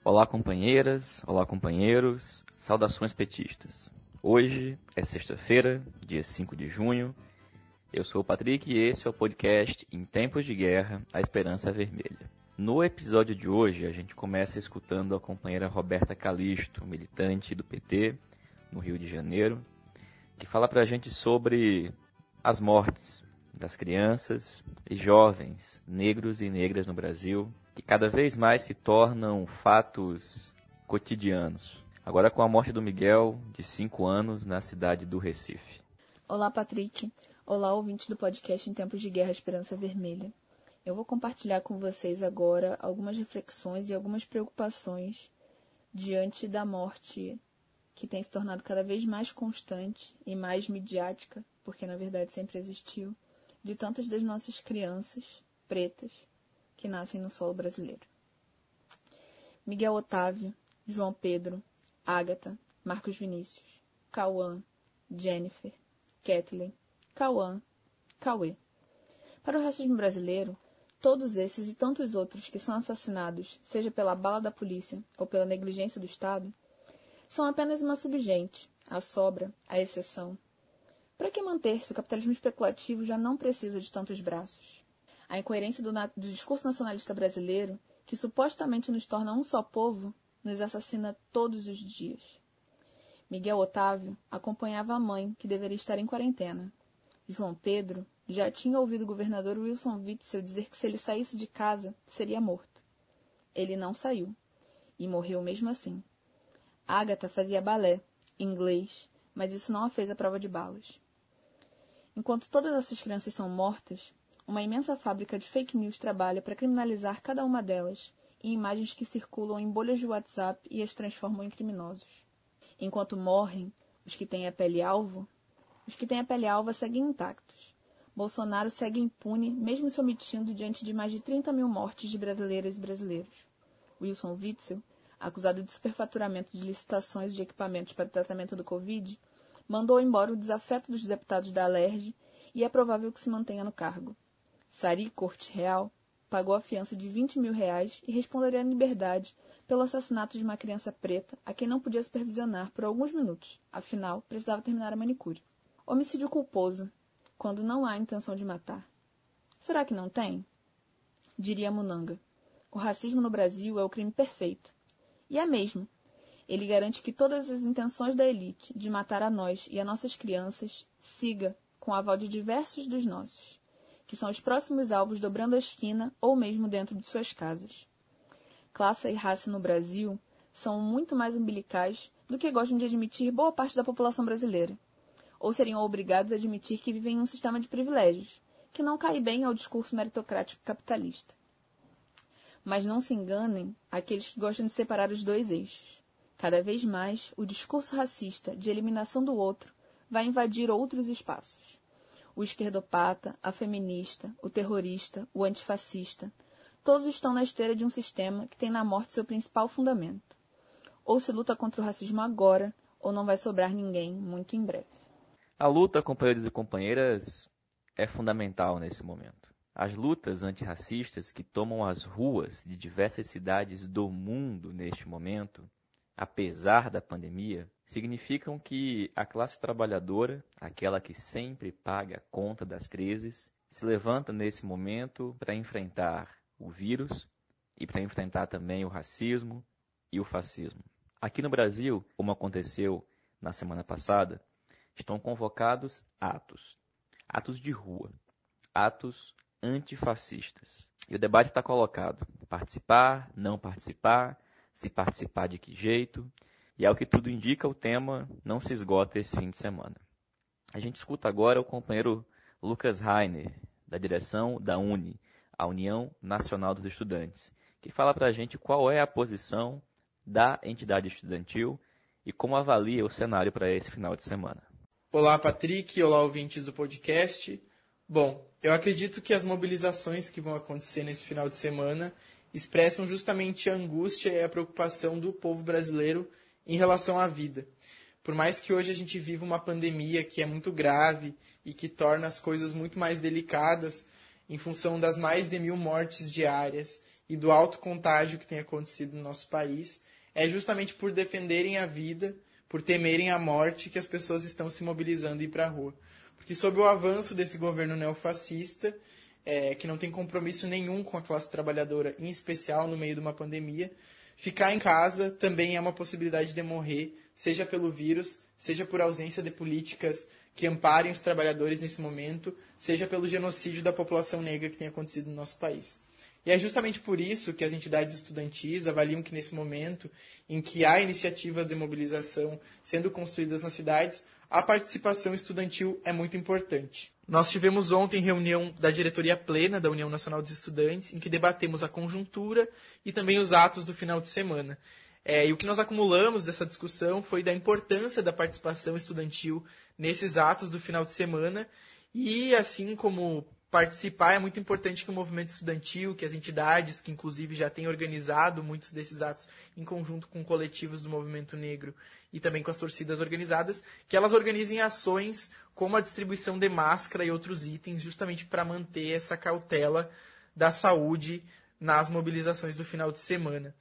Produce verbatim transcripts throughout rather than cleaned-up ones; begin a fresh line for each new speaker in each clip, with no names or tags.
Olá companheiras, olá companheiros, saudações petistas. Hoje é sexta-feira, dia cinco de junho. Eu sou o Patrick e esse é o podcast Em Tempos de Guerra, a Esperança Vermelha. No episódio de hoje a gente começa escutando a companheira Roberta Calisto, militante do P T no Rio de Janeiro, que fala pra gente sobre as mortes das crianças e jovens negros e negras no Brasil, que cada vez mais se tornam fatos cotidianos. Agora com a morte do Miguel, de cinco anos, na cidade do Recife.
Olá, Patrick. Olá, ouvintes do podcast Em Tempos de Guerra, Esperança Vermelha. Eu vou compartilhar com vocês agora algumas reflexões e algumas preocupações diante da morte que tem se tornado cada vez mais constante e mais midiática, porque na verdade sempre existiu, de tantas das nossas crianças pretas que nascem no solo brasileiro. Miguel Otávio, João Pedro, Ágata, Marcos Vinícius, Cauã, Jennifer, Kathleen, Cauã, Cauê. Para o racismo brasileiro, todos esses e tantos outros que são assassinados, seja pela bala da polícia ou pela negligência do Estado, são apenas uma subgente, a sobra, a exceção. Para que manter-se, o capitalismo especulativo já não precisa de tantos braços. A incoerência do, na- do discurso nacionalista brasileiro, que supostamente nos torna um só povo, nos assassina todos os dias. Miguel Otávio acompanhava a mãe, que deveria estar em quarentena. João Pedro já tinha ouvido o governador Wilson Witzel dizer que se ele saísse de casa, seria morto. Ele não saiu, e morreu mesmo assim. Ágata fazia balé, inglês, mas isso não a fez à prova de balas. Enquanto todas essas crianças são mortas, uma imensa fábrica de fake news trabalha para criminalizar cada uma delas em imagens que circulam em bolhas de WhatsApp e as transformam em criminosos. Enquanto morrem os que têm a pele alvo, os que têm a pele alva seguem intactos. Bolsonaro segue impune, mesmo se omitindo diante de mais de trinta mil mortes de brasileiras e brasileiros. Wilson Witzel, acusado de superfaturamento de licitações de equipamentos para o tratamento do Covid, mandou embora o desafeto dos deputados da Alerj e é provável que se mantenha no cargo. Sari Corte Real pagou a fiança de vinte mil reais e responderia em liberdade pelo assassinato de uma criança preta a quem não podia supervisionar por alguns minutos, afinal, precisava terminar a manicure. Homicídio culposo, quando não há intenção de matar. Será que não tem? Diria Munanga. O racismo no Brasil é o crime perfeito. E é mesmo. Ele garante que todas as intenções da elite de matar a nós e a nossas crianças siga com o aval de diversos dos nossos, que são os próximos alvos dobrando a esquina ou mesmo dentro de suas casas. Classe e raça no Brasil são muito mais umbilicais do que gostam de admitir boa parte da população brasileira, ou seriam obrigados a admitir que vivem em um sistema de privilégios, que não cai bem ao discurso meritocrático capitalista. Mas não se enganem aqueles que gostam de separar os dois eixos. Cada vez mais, o discurso racista de eliminação do outro vai invadir outros espaços. O esquerdopata, a feminista, o terrorista, o antifascista, todos estão na esteira de um sistema que tem na morte seu principal fundamento. Ou se luta contra o racismo agora, ou não vai sobrar ninguém muito em breve.
A luta, companheiros e companheiras, é fundamental nesse momento. As lutas antirracistas que tomam as ruas de diversas cidades do mundo neste momento, apesar da pandemia, significam que a classe trabalhadora, aquela que sempre paga a conta das crises, se levanta nesse momento para enfrentar o vírus e para enfrentar também o racismo e o fascismo. Aqui no Brasil, como aconteceu na semana passada, estão convocados atos, atos de rua, atos antifascistas. E o debate está colocado: participar, não participar, se participar de que jeito, e ao que tudo indica, o tema não se esgota esse fim de semana. A gente escuta agora o companheiro Lucas Rainer, da direção da U N E, a União Nacional dos Estudantes, que fala para a gente qual é a posição da entidade estudantil e como avalia o cenário para esse final de semana.
Olá, Patrick. Olá, ouvintes do podcast. Bom, eu acredito que as mobilizações que vão acontecer nesse final de semana expressam justamente a angústia e a preocupação do povo brasileiro em relação à vida. Por mais que hoje a gente viva uma pandemia que é muito grave e que torna as coisas muito mais delicadas, em função das mais de mil mortes diárias e do alto contágio que tem acontecido no nosso país, é justamente por defenderem a vida, por temerem a morte, que as pessoas estão se mobilizando e ir para a rua. Porque sob o avanço desse governo neofascista, é, que não tem compromisso nenhum com a classe trabalhadora, em especial no meio de uma pandemia, ficar em casa também é uma possibilidade de morrer, seja pelo vírus, seja por ausência de políticas que amparem os trabalhadores nesse momento, seja pelo genocídio da população negra que tem acontecido no nosso país. E é justamente por isso que as entidades estudantis avaliam que nesse momento em que há iniciativas de mobilização sendo construídas nas cidades, a participação estudantil é muito importante. Nós tivemos ontem reunião da diretoria plena da União Nacional dos Estudantes, em que debatemos a conjuntura e também os atos do final de semana. É, e o que nós acumulamos dessa discussão foi da importância da participação estudantil nesses atos do final de semana e, assim como participar, é muito importante que o movimento estudantil, que as entidades, que inclusive já têm organizado muitos desses atos em conjunto com coletivos do movimento negro e também com as torcidas organizadas, que elas organizem ações como a distribuição de máscara e outros itens, justamente para manter essa cautela da saúde nas mobilizações do final de semana.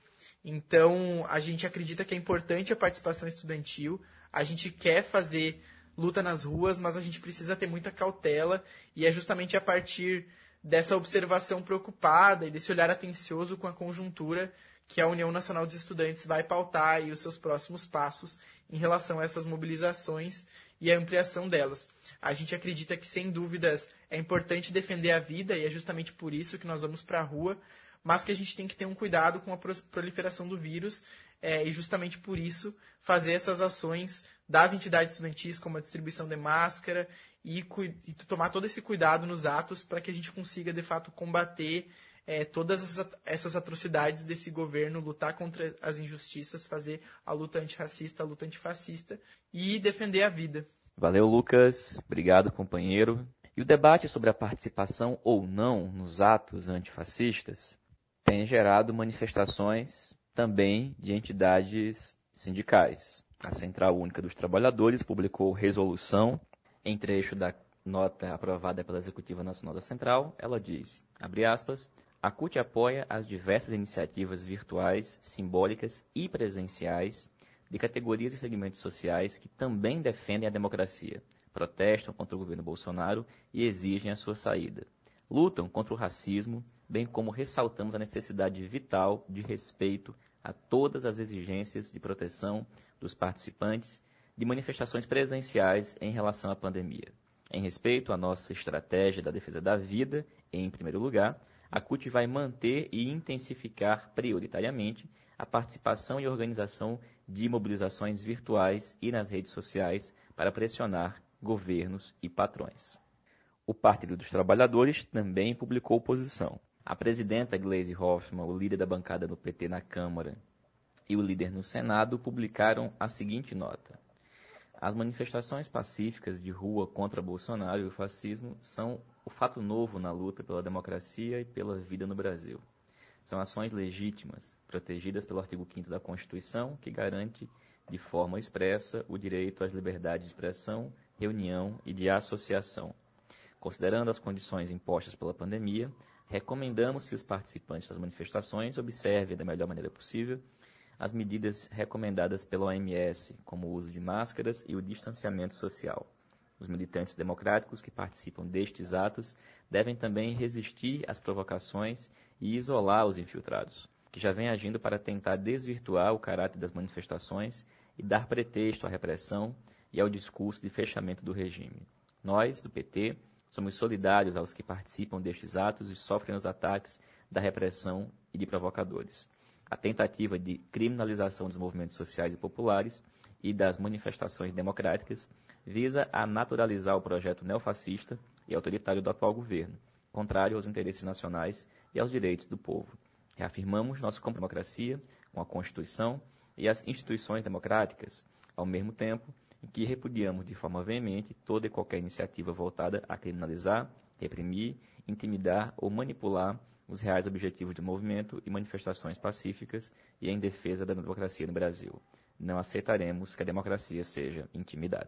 Então, a gente acredita que é importante a participação estudantil, a gente quer fazer luta nas ruas, mas a gente precisa ter muita cautela e é justamente a partir dessa observação preocupada e desse olhar atencioso com a conjuntura que a União Nacional dos Estudantes vai pautar aí os seus próximos passos em relação a essas mobilizações e a ampliação delas. A gente acredita que, sem dúvidas, é importante defender a vida e é justamente por isso que nós vamos para a rua, mas que a gente tem que ter um cuidado com a proliferação do vírus é, e justamente por isso fazer essas ações das entidades estudantis, como a distribuição de máscara e, e tomar todo esse cuidado nos atos para que a gente consiga, de fato, combater é, todas essas, essas atrocidades desse governo, lutar contra as injustiças, fazer a luta antirracista, a luta antifascista e defender a vida.
Valeu, Lucas. Obrigado, companheiro. E o debate sobre a participação ou não nos atos antifascistas tem gerado manifestações também de entidades sindicais. A Central Única dos Trabalhadores publicou resolução em trecho da nota aprovada pela Executiva Nacional da Central. Ela diz, abre aspas, a C U T apoia as diversas iniciativas virtuais, simbólicas e presenciais de categorias e segmentos sociais que também defendem a democracia, protestam contra o governo Bolsonaro e exigem a sua saída. Lutam contra o racismo, bem como ressaltamos a necessidade vital de respeito a todas as exigências de proteção dos participantes de manifestações presenciais em relação à pandemia. Em respeito à nossa estratégia da defesa da vida, em primeiro lugar, a C U T vai manter e intensificar prioritariamente a participação e organização de mobilizações virtuais e nas redes sociais para pressionar governos e patrões. O Partido dos Trabalhadores também publicou posição. A presidenta Gleisi Hoffmann, o líder da bancada do P T na Câmara e o líder no Senado publicaram a seguinte nota. As manifestações pacíficas de rua contra Bolsonaro e o fascismo são o fato novo na luta pela democracia e pela vida no Brasil. São ações legítimas, protegidas pelo artigo quinto da Constituição, que garante de forma expressa o direito às liberdades de expressão, reunião e de associação. Considerando as condições impostas pela pandemia, recomendamos que os participantes das manifestações observem da melhor maneira possível as medidas recomendadas pela O M S, como o uso de máscaras e o distanciamento social. Os militantes democráticos que participam destes atos devem também resistir às provocações e isolar os infiltrados, que já vêm agindo para tentar desvirtuar o caráter das manifestações e dar pretexto à repressão e ao discurso de fechamento do regime. Nós, do P T, somos solidários aos que participam destes atos e sofrem os ataques da repressão e de provocadores. A tentativa de criminalização dos movimentos sociais e populares e das manifestações democráticas visa a naturalizar o projeto neofascista e autoritário do atual governo, contrário aos interesses nacionais e aos direitos do povo. Reafirmamos nosso compromisso com a democracia, com a Constituição e as instituições democráticas, ao mesmo tempo em que repudiamos de forma veemente toda e qualquer iniciativa voltada a criminalizar, reprimir, intimidar ou manipular os reais objetivos de movimento e manifestações pacíficas e em defesa da democracia no Brasil. Não aceitaremos que a democracia seja intimidada.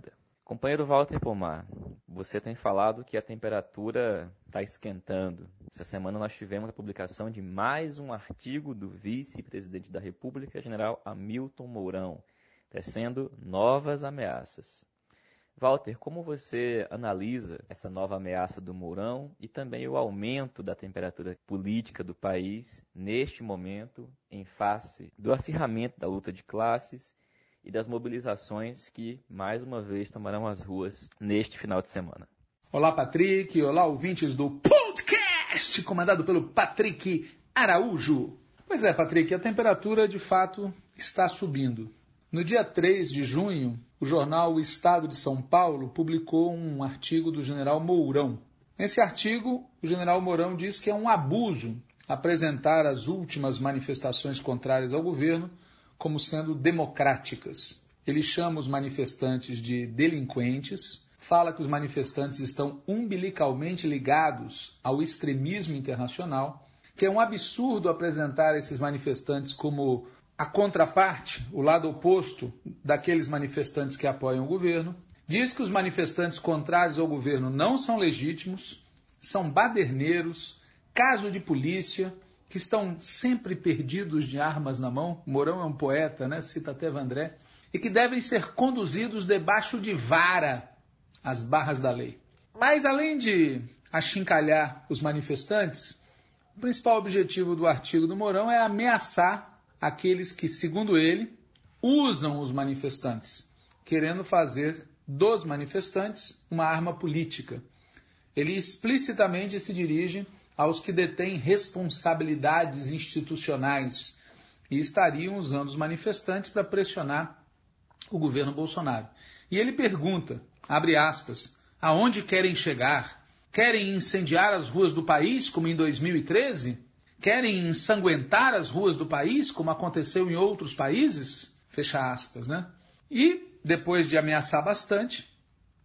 Companheiro Walter Pomar, você tem falado que a temperatura está esquentando. Essa semana nós tivemos a publicação de mais um artigo do vice-presidente da República, general Hamilton Mourão, tecendo novas ameaças. Walter, como você analisa essa nova ameaça do Mourão e também o aumento da temperatura política do país neste momento, em face do acirramento da luta de classes e das mobilizações que, mais uma vez, tomarão as ruas neste final de semana?
Olá, Patrick. Olá, ouvintes do podcast, comandado pelo Patrick Araújo. Pois é, Patrick, a temperatura, de fato, está subindo. No dia três de junho, o jornal O Estado de São Paulo publicou um artigo do general Mourão. Nesse artigo, o general Mourão diz que é um abuso apresentar as últimas manifestações contrárias ao governo como sendo democráticas. Ele chama os manifestantes de delinquentes, fala que os manifestantes estão umbilicalmente ligados ao extremismo internacional, que é um absurdo apresentar esses manifestantes como a contraparte, o lado oposto daqueles manifestantes que apoiam o governo. Diz que os manifestantes contrários ao governo não são legítimos, são baderneiros, caso de polícia, que estão sempre perdidos de armas na mão. Mourão é um poeta, né? Cita até Vandré. E que devem ser conduzidos debaixo de vara às barras da lei. Mas, além de achincalhar os manifestantes, o principal objetivo do artigo do Mourão é ameaçar aqueles que, segundo ele, usam os manifestantes, querendo fazer dos manifestantes uma arma política. Ele explicitamente se dirige aos que detêm responsabilidades institucionais e estariam usando os manifestantes para pressionar o governo Bolsonaro. E ele pergunta, abre aspas, aonde querem chegar? Querem incendiar as ruas do país, como em dois mil e treze? Querem ensanguentar as ruas do país, como aconteceu em outros países? Fecha aspas, né? E, depois de ameaçar bastante,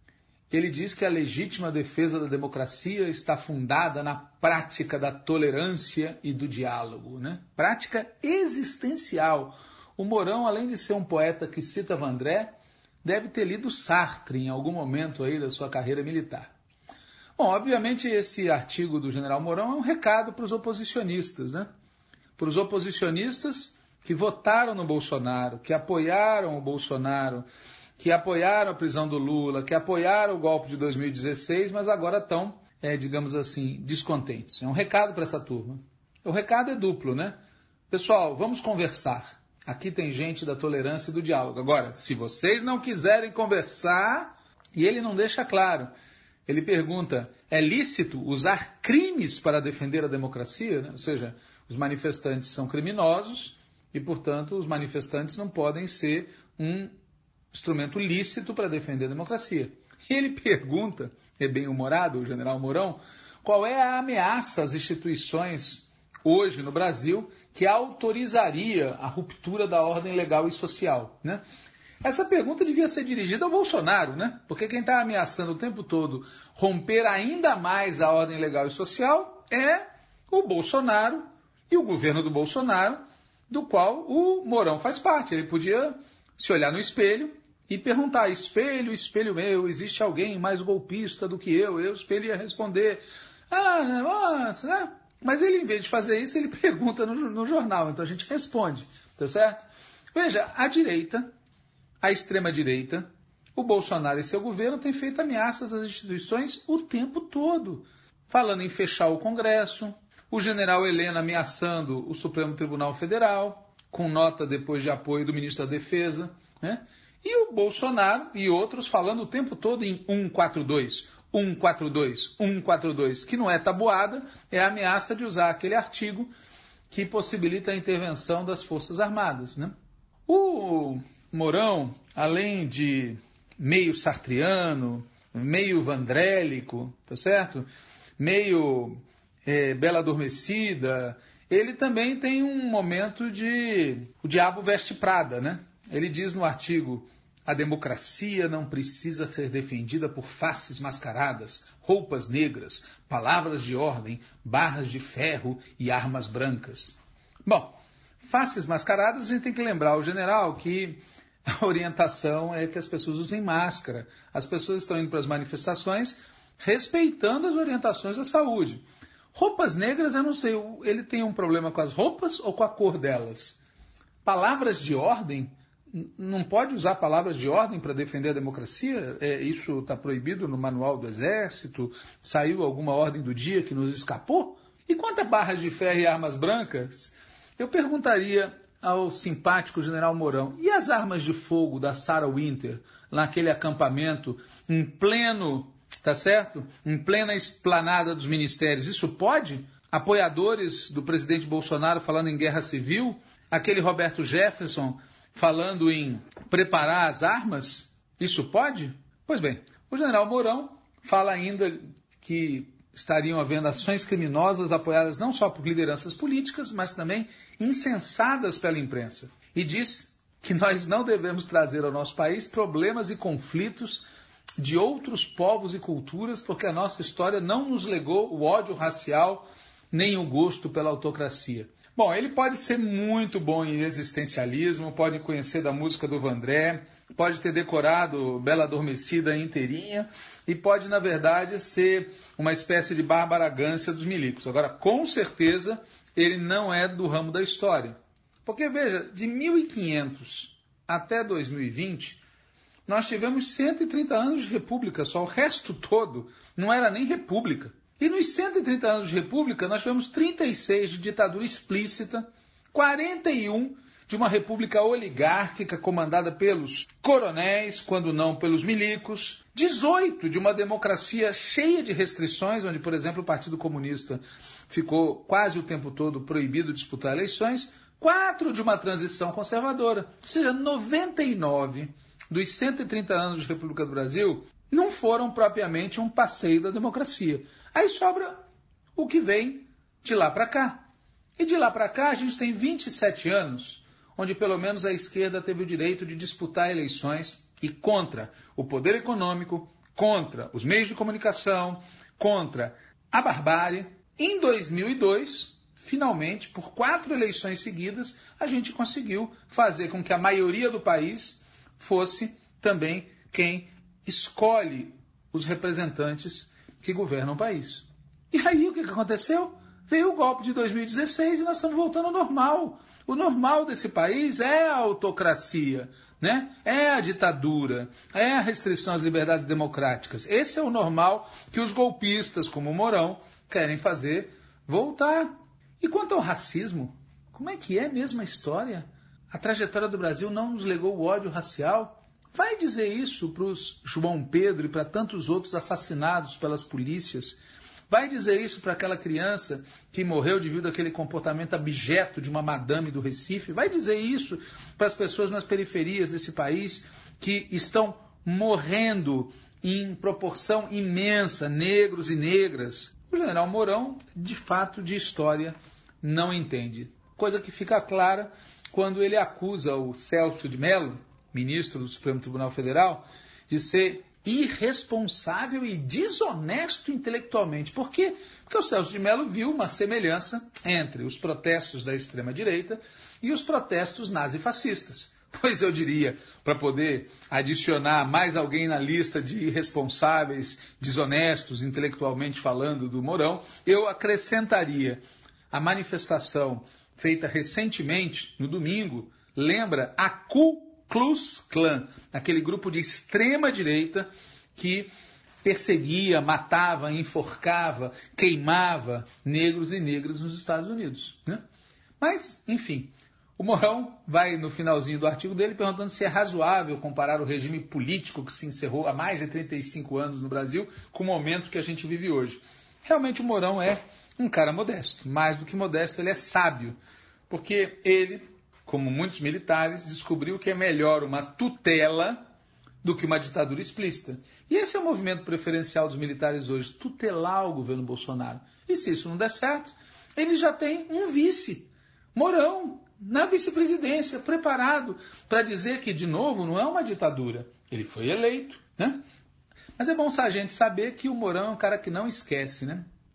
ele diz que a legítima defesa da democracia está fundada na prática da tolerância e do diálogo, né? Prática existencial. O Mourão, além de ser um poeta que cita Vandré, deve ter lido Sartre em algum momento aí da sua carreira militar. Bom, obviamente esse artigo do general Mourão é um recado para os oposicionistas, né? Para os oposicionistas que votaram no Bolsonaro, que apoiaram o Bolsonaro, que apoiaram a prisão do Lula, que apoiaram o golpe de dois mil e dezesseis, mas agora estão, é, digamos assim, descontentes. É um recado para essa turma. O recado é duplo, né? Pessoal, vamos conversar. Aqui tem gente da tolerância e do diálogo. Agora, se vocês não quiserem conversar, e ele não deixa claro, ele pergunta, é lícito usar crimes para defender a democracia? Né? Ou seja, os manifestantes são criminosos e, portanto, os manifestantes não podem ser um instrumento lícito para defender a democracia. E ele pergunta, é bem-humorado o general Mourão, qual é a ameaça às instituições hoje no Brasil que autorizaria a ruptura da ordem legal e social, né? Essa pergunta devia ser dirigida ao Bolsonaro, né? Porque quem está ameaçando o tempo todo romper ainda mais a ordem legal e social é o Bolsonaro e o governo do Bolsonaro, do qual o Mourão faz parte. Ele podia se olhar no espelho e perguntar, espelho, espelho meu, existe alguém mais golpista do que eu? Eu, espelho, ia responder, ah, nossa, né? Mas ele, em vez de fazer isso, ele pergunta no, no jornal, então a gente responde, tá certo? Veja, a direita, a extrema-direita, o Bolsonaro e seu governo têm feito ameaças às instituições o tempo todo, falando em fechar o Congresso, o general Heleno ameaçando o Supremo Tribunal Federal, com nota depois de apoio do ministro da Defesa, né? E o Bolsonaro e outros falando o tempo todo em cento e quarenta e dois, cento e quarenta e dois, cento e quarenta e dois, que não é tabuada, é a ameaça de usar aquele artigo que possibilita a intervenção das Forças Armadas, né? O Mourão, além de meio sartriano, meio vandrélico, tá certo? Meio é, bela adormecida, ele também tem um momento de o diabo veste Prada, né? Ele diz no artigo, a democracia não precisa ser defendida por faces mascaradas, roupas negras, palavras de ordem, barras de ferro e armas brancas. Bom, faces mascaradas, a gente tem que lembrar ao general que a orientação é que as pessoas usem máscara. As pessoas estão indo para as manifestações respeitando as orientações da saúde. Roupas negras, eu não sei, ele tem um problema com as roupas ou com a cor delas? Palavras de ordem, não pode usar palavras de ordem para defender a democracia? É, isso está proibido no manual do Exército? Saiu alguma ordem do dia que nos escapou? E quanto a barras de ferro e armas brancas, eu perguntaria ao simpático general Mourão, e as armas de fogo da Sarah Winter, naquele acampamento, em pleno, tá certo? Em plena esplanada dos ministérios, isso pode? Apoiadores do presidente Bolsonaro falando em guerra civil, aquele Roberto Jefferson falando em preparar as armas, isso pode? Pois bem, o general Mourão fala ainda que estariam havendo ações criminosas apoiadas não só por lideranças políticas, mas também incensadas pela imprensa. E diz que nós não devemos trazer ao nosso país problemas e conflitos de outros povos e culturas, porque a nossa história não nos legou o ódio racial nem o gosto pela autocracia. Bom, ele pode ser muito bom em existencialismo, pode conhecer da música do Vandré, pode ter decorado Bela Adormecida inteirinha e pode, na verdade, ser uma espécie de Bárbara Gância dos milicos. Agora, com certeza, ele não é do ramo da história. Porque, veja, de mil e quinhentos até dois mil e vinte, nós tivemos cento e trinta anos de república só, o resto todo não era nem república. E nos cento e trinta anos de república, nós tivemos trinta e seis de ditadura explícita, quarenta e um de uma república oligárquica comandada pelos coronéis, quando não pelos milicos, dezoito de uma democracia cheia de restrições, onde, por exemplo, o Partido Comunista ficou quase o tempo todo proibido de disputar eleições, quatro de uma transição conservadora. Ou seja, noventa e nove dos cento e trinta anos de República do Brasil não foram propriamente um passeio da democracia. Aí sobra o que vem de lá para cá. E de lá para cá a gente tem vinte e sete anos, onde pelo menos a esquerda teve o direito de disputar eleições e contra o poder econômico, contra os meios de comunicação, contra a barbárie. Em dois mil e dois, finalmente, por quatro eleições seguidas, a gente conseguiu fazer com que a maioria do país fosse também quem escolhe os representantes que governam o país. E aí o que aconteceu? Veio o golpe de dois mil e dezesseis e nós estamos voltando ao normal. O normal desse país é a autocracia, né? É a ditadura, é a restrição às liberdades democráticas. Esse é o normal que os golpistas, como o Mourão, querem fazer voltar. E quanto ao racismo, como é que é mesmo a história? A trajetória do Brasil não nos legou o ódio racial? Vai dizer isso para os João Pedro e para tantos outros assassinados pelas polícias? Vai dizer isso para aquela criança que morreu devido àquele comportamento abjeto de uma madame do Recife? Vai dizer isso para as pessoas nas periferias desse país que estão morrendo em proporção imensa, negros e negras? O general Mourão, de fato, de história, não entende. Coisa que fica clara quando ele acusa o Celso de Mello, ministro do Supremo Tribunal Federal, de ser irresponsável e desonesto intelectualmente. Por quê? Porque o Celso de Mello viu uma semelhança entre os protestos da extrema-direita e os protestos nazifascistas. Pois eu diria, para poder adicionar mais alguém na lista de irresponsáveis, desonestos, intelectualmente falando, do Mourão, eu acrescentaria a manifestação feita recentemente, no domingo, lembra a Ku Klux Klan, aquele grupo de extrema-direita que perseguia, matava, enforcava, queimava negros e negras nos Estados Unidos, né? Mas, enfim, o Mourão vai no finalzinho do artigo dele perguntando se é razoável comparar o regime político que se encerrou há mais de trinta e cinco anos no Brasil com o momento que a gente vive hoje. Realmente o Mourão é um cara modesto, mais do que modesto, ele é sábio, porque ele, como muitos militares, descobriu que é melhor uma tutela do que uma ditadura explícita. E esse é o movimento preferencial dos militares hoje, tutelar o governo Bolsonaro. E se isso não der certo, ele já tem um vice, Mourão, na vice-presidência, preparado para dizer que, de novo, não é uma ditadura. Ele foi eleito, né? Mas é bom a gente saber que o Mourão é um cara que não esquece, né?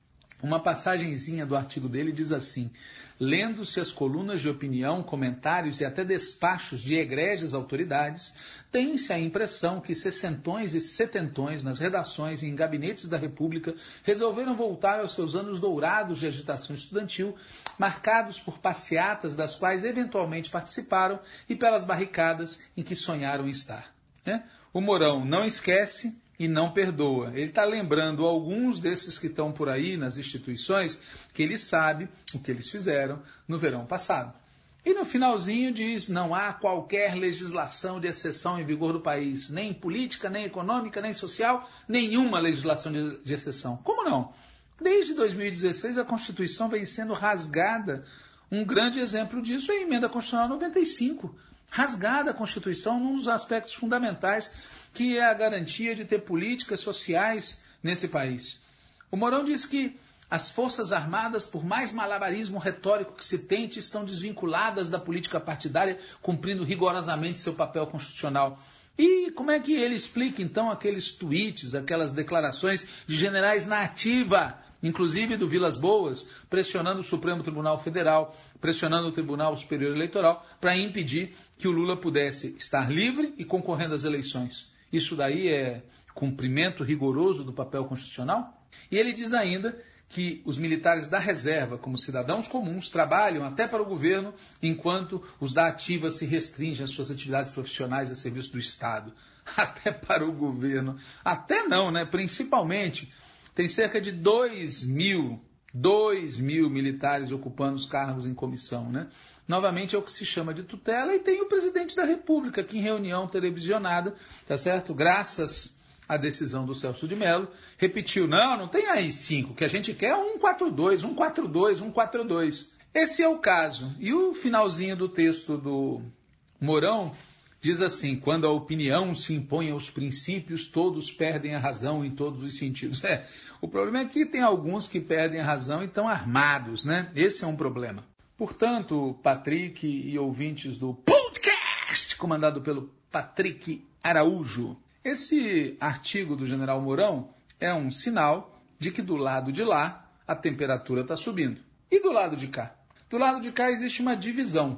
Uma passagenzinha do artigo dele diz assim: lendo-se as colunas de opinião, comentários e até despachos de egrégias autoridades, tem-se a impressão que sessentões e setentões nas redações e em gabinetes da República resolveram voltar aos seus anos dourados de agitação estudantil, marcados por passeatas das quais eventualmente participaram e pelas barricadas em que sonharam estar. Né? O Mourão não esquece e não perdoa. Ele está lembrando alguns desses que estão por aí nas instituições que ele sabe o que eles fizeram no verão passado. E no finalzinho diz: não há qualquer legislação de exceção em vigor do país, nem política, nem econômica, nem social, nenhuma legislação de, de exceção. Como não? Desde dois mil e dezesseis a Constituição vem sendo rasgada. Um grande exemplo disso é a Emenda Constitucional noventa e cinco. Rasgada a Constituição num dos aspectos fundamentais, que é a garantia de ter políticas sociais nesse país. O Mourão diz que as Forças Armadas, por mais malabarismo retórico que se tente, estão desvinculadas da política partidária, cumprindo rigorosamente seu papel constitucional. E como é que ele explica, então, aqueles tweets, aquelas declarações de generais na ativa, inclusive do Vilas Boas, pressionando o Supremo Tribunal Federal, pressionando o Tribunal Superior Eleitoral, para impedir que o Lula pudesse estar livre e concorrendo às eleições? Isso daí é cumprimento rigoroso do papel constitucional? E ele diz ainda que os militares da reserva, como cidadãos comuns, trabalham até para o governo, enquanto os da ativa se restringem às suas atividades profissionais a serviço do Estado. Até para o governo. Até não, né? Principalmente, tem cerca de dois mil, dois mil militares ocupando os cargos em comissão, né? Novamente é o que se chama de tutela, e tem o presidente da República, que em reunião televisionada, tá certo? Graças à decisão do Celso de Mello, repetiu: não, não tem aí cinco, que a gente quer um quatro dois, um quatro dois, um quatro dois. Esse é o caso. E o finalzinho do texto do Mourão diz assim: quando a opinião se impõe aos princípios, todos perdem a razão em todos os sentidos. É, o problema é que tem alguns que perdem a razão e estão armados, né? Esse é um problema. Portanto, Patrick e ouvintes do podcast, comandado pelo Patrick Araújo, esse artigo do general Mourão é um sinal de que do lado de lá a temperatura está subindo. E do lado de cá? Do lado de cá existe uma divisão.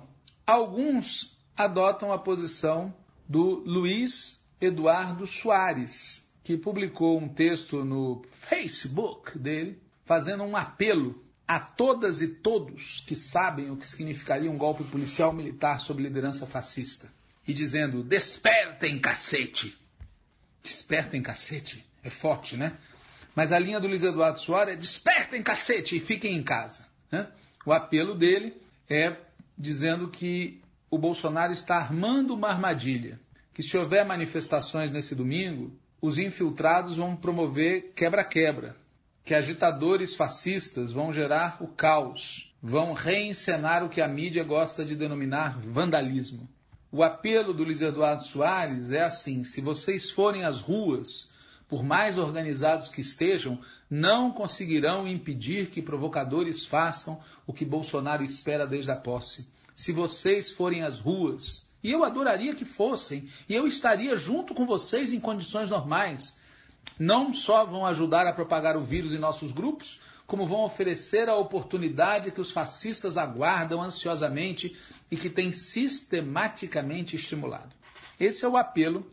Alguns adotam a posição do Luiz Eduardo Soares, que publicou um texto no Facebook dele, fazendo um apelo a todas e todos que sabem o que significaria um golpe policial militar sob liderança fascista, e dizendo: despertem, cacete! Despertem, cacete? É forte, né? Mas a linha do Luiz Eduardo Soares é: despertem, cacete, e fiquem em casa, né? O apelo dele é dizendo que o Bolsonaro está armando uma armadilha, que se houver manifestações nesse domingo, os infiltrados vão promover quebra-quebra, que agitadores fascistas vão gerar o caos, vão reencenar o que a mídia gosta de denominar vandalismo. O apelo do Luiz Eduardo Soares é assim: se vocês forem às ruas, por mais organizados que estejam, não conseguirão impedir que provocadores façam o que Bolsonaro espera desde a posse. Se vocês forem às ruas, e eu adoraria que fossem, e eu estaria junto com vocês em condições normais, não só vão ajudar a propagar o vírus em nossos grupos, como vão oferecer a oportunidade que os fascistas aguardam ansiosamente e que têm sistematicamente estimulado. Esse é o apelo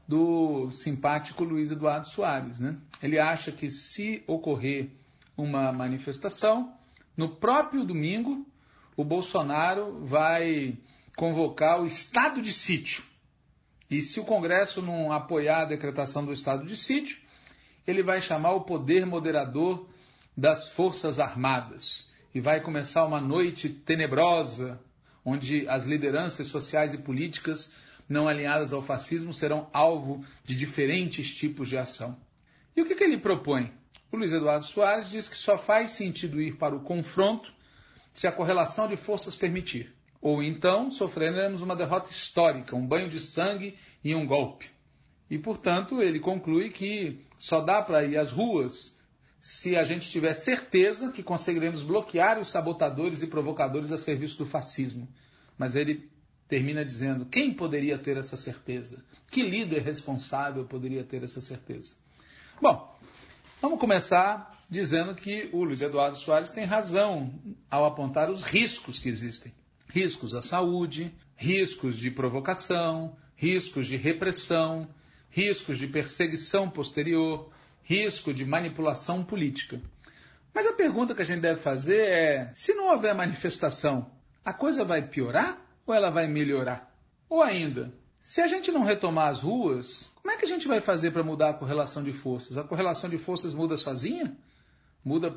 do simpático Luiz Eduardo Soares, né? Ele acha que se ocorrer uma manifestação, no próprio domingo, o Bolsonaro vai convocar o estado de sítio. E se o Congresso não apoiar a decretação do estado de sítio, ele vai chamar o poder moderador das Forças Armadas. E vai começar uma noite tenebrosa, onde as lideranças sociais e políticas não alinhadas ao fascismo serão alvo de diferentes tipos de ação. E o que, que ele propõe? O Luiz Eduardo Soares diz que só faz sentido ir para o confronto se a correlação de forças permitir. Ou então sofreremos uma derrota histórica, um banho de sangue e um golpe. E, portanto, ele conclui que só dá para ir às ruas se a gente tiver certeza que conseguiremos bloquear os sabotadores e provocadores a serviço do fascismo. Mas ele termina dizendo: quem poderia ter essa certeza? Que líder responsável poderia ter essa certeza? Bom, vamos começar dizendo que o Luiz Eduardo Soares tem razão ao apontar os riscos que existem. Riscos à saúde, riscos de provocação, riscos de repressão, riscos de perseguição posterior, risco de manipulação política. Mas a pergunta que a gente deve fazer é, se não houver manifestação, a coisa vai piorar ou ela vai melhorar? Ou ainda, se a gente não retomar as ruas, como é que a gente vai fazer para mudar a correlação de forças? A correlação de forças muda sozinha? Muda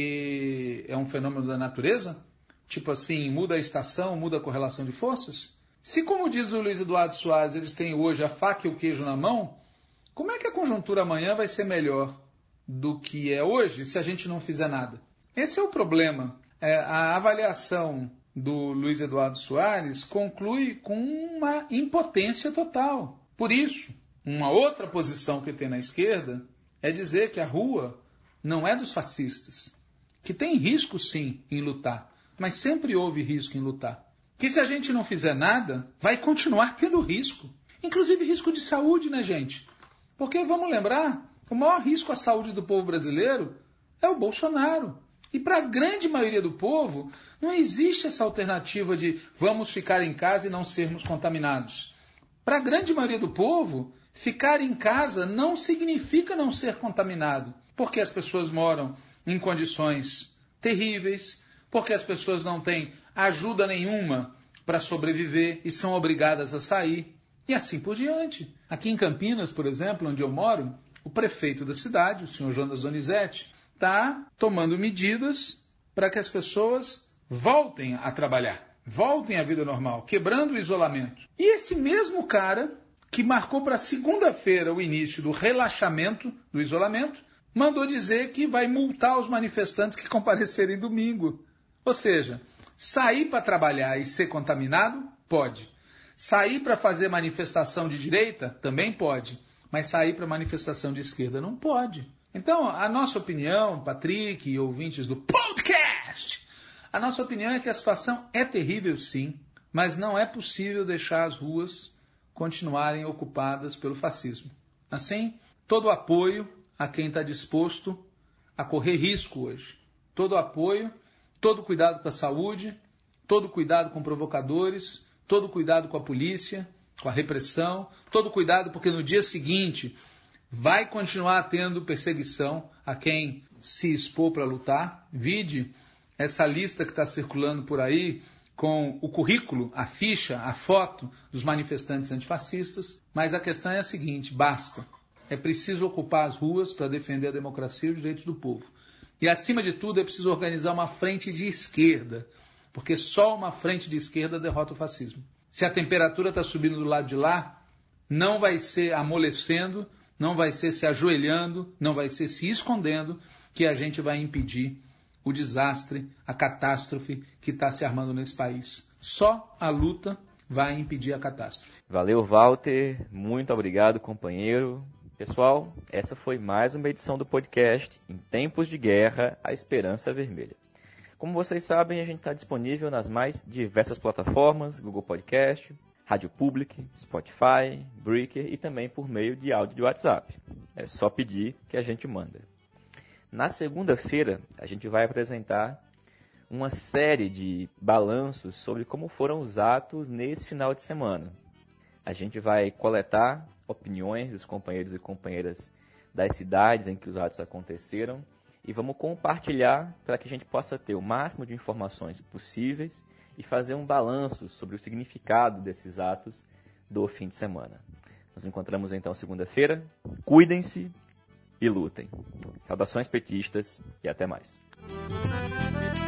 porque é um fenômeno da natureza? Tipo assim, muda a estação, muda a correlação de forças? Se, como diz o Luiz Eduardo Soares, eles têm hoje a faca e o queijo na mão, como é que a conjuntura amanhã vai ser melhor do que é hoje se a gente não fizer nada? Esse é o problema. É, a avaliação do Luiz Eduardo Soares conclui com uma impotência total. Por isso, uma outra posição que tem na esquerda é dizer que a rua não é dos fascistas, que tem risco sim em lutar, mas sempre houve risco em lutar. Que se a gente não fizer nada, vai continuar tendo risco. Inclusive risco de saúde, né, gente? Porque, vamos lembrar, o maior risco à saúde do povo brasileiro é o Bolsonaro. E para a grande maioria do povo, não existe essa alternativa de vamos ficar em casa e não sermos contaminados. Para a grande maioria do povo, ficar em casa não significa não ser contaminado, porque as pessoas moram em condições terríveis, porque as pessoas não têm ajuda nenhuma para sobreviver e são obrigadas a sair, e assim por diante. Aqui em Campinas, por exemplo, onde eu moro, o prefeito da cidade, o senhor Jonas Donizete, está tomando medidas para que as pessoas voltem a trabalhar, voltem à vida normal, quebrando o isolamento. E esse mesmo cara, que marcou para segunda-feira o início do relaxamento do isolamento, mandou dizer que vai multar os manifestantes que comparecerem domingo. Ou seja, sair para trabalhar e ser contaminado, pode. Sair para fazer manifestação de direita, também pode. Mas sair para manifestação de esquerda, não pode. Então, a nossa opinião, Patrick e ouvintes do podcast, a nossa opinião é que a situação é terrível sim, mas não é possível deixar as ruas continuarem ocupadas pelo fascismo. Assim, todo o apoio a quem está disposto a correr risco hoje. Todo o apoio, todo o cuidado com a saúde, todo o cuidado com provocadores, todo o cuidado com a polícia, com a repressão, todo o cuidado porque no dia seguinte vai continuar tendo perseguição a quem se expor para lutar. Vide essa lista que está circulando por aí com o currículo, a ficha, a foto dos manifestantes antifascistas. Mas a questão é a seguinte, basta. É preciso ocupar as ruas para defender a democracia e os direitos do povo. E, acima de tudo, é preciso organizar uma frente de esquerda, porque só uma frente de esquerda derrota o fascismo. Se a temperatura está subindo do lado de lá, não vai ser amolecendo, não vai ser se ajoelhando, não vai ser se escondendo que a gente vai impedir o desastre, a catástrofe que está se armando nesse país. Só a luta vai impedir a catástrofe.
Valeu, Walter. Muito obrigado, companheiro. Pessoal, essa foi mais uma edição do podcast Em Tempos de Guerra, a Esperança Vermelha. Como vocês sabem, a gente está disponível nas mais diversas plataformas, Google Podcast, Rádio Public, Spotify, Breaker e também por meio de áudio de WhatsApp. É só pedir que a gente manda. Na segunda-feira, a gente vai apresentar uma série de balanços sobre como foram os atos nesse final de semana. A gente vai coletar opiniões dos companheiros e companheiras das cidades em que os atos aconteceram e vamos compartilhar para que a gente possa ter o máximo de informações possíveis e fazer um balanço sobre o significado desses atos do fim de semana. Nos encontramos então segunda-feira. Cuidem-se e lutem. Saudações petistas e até mais.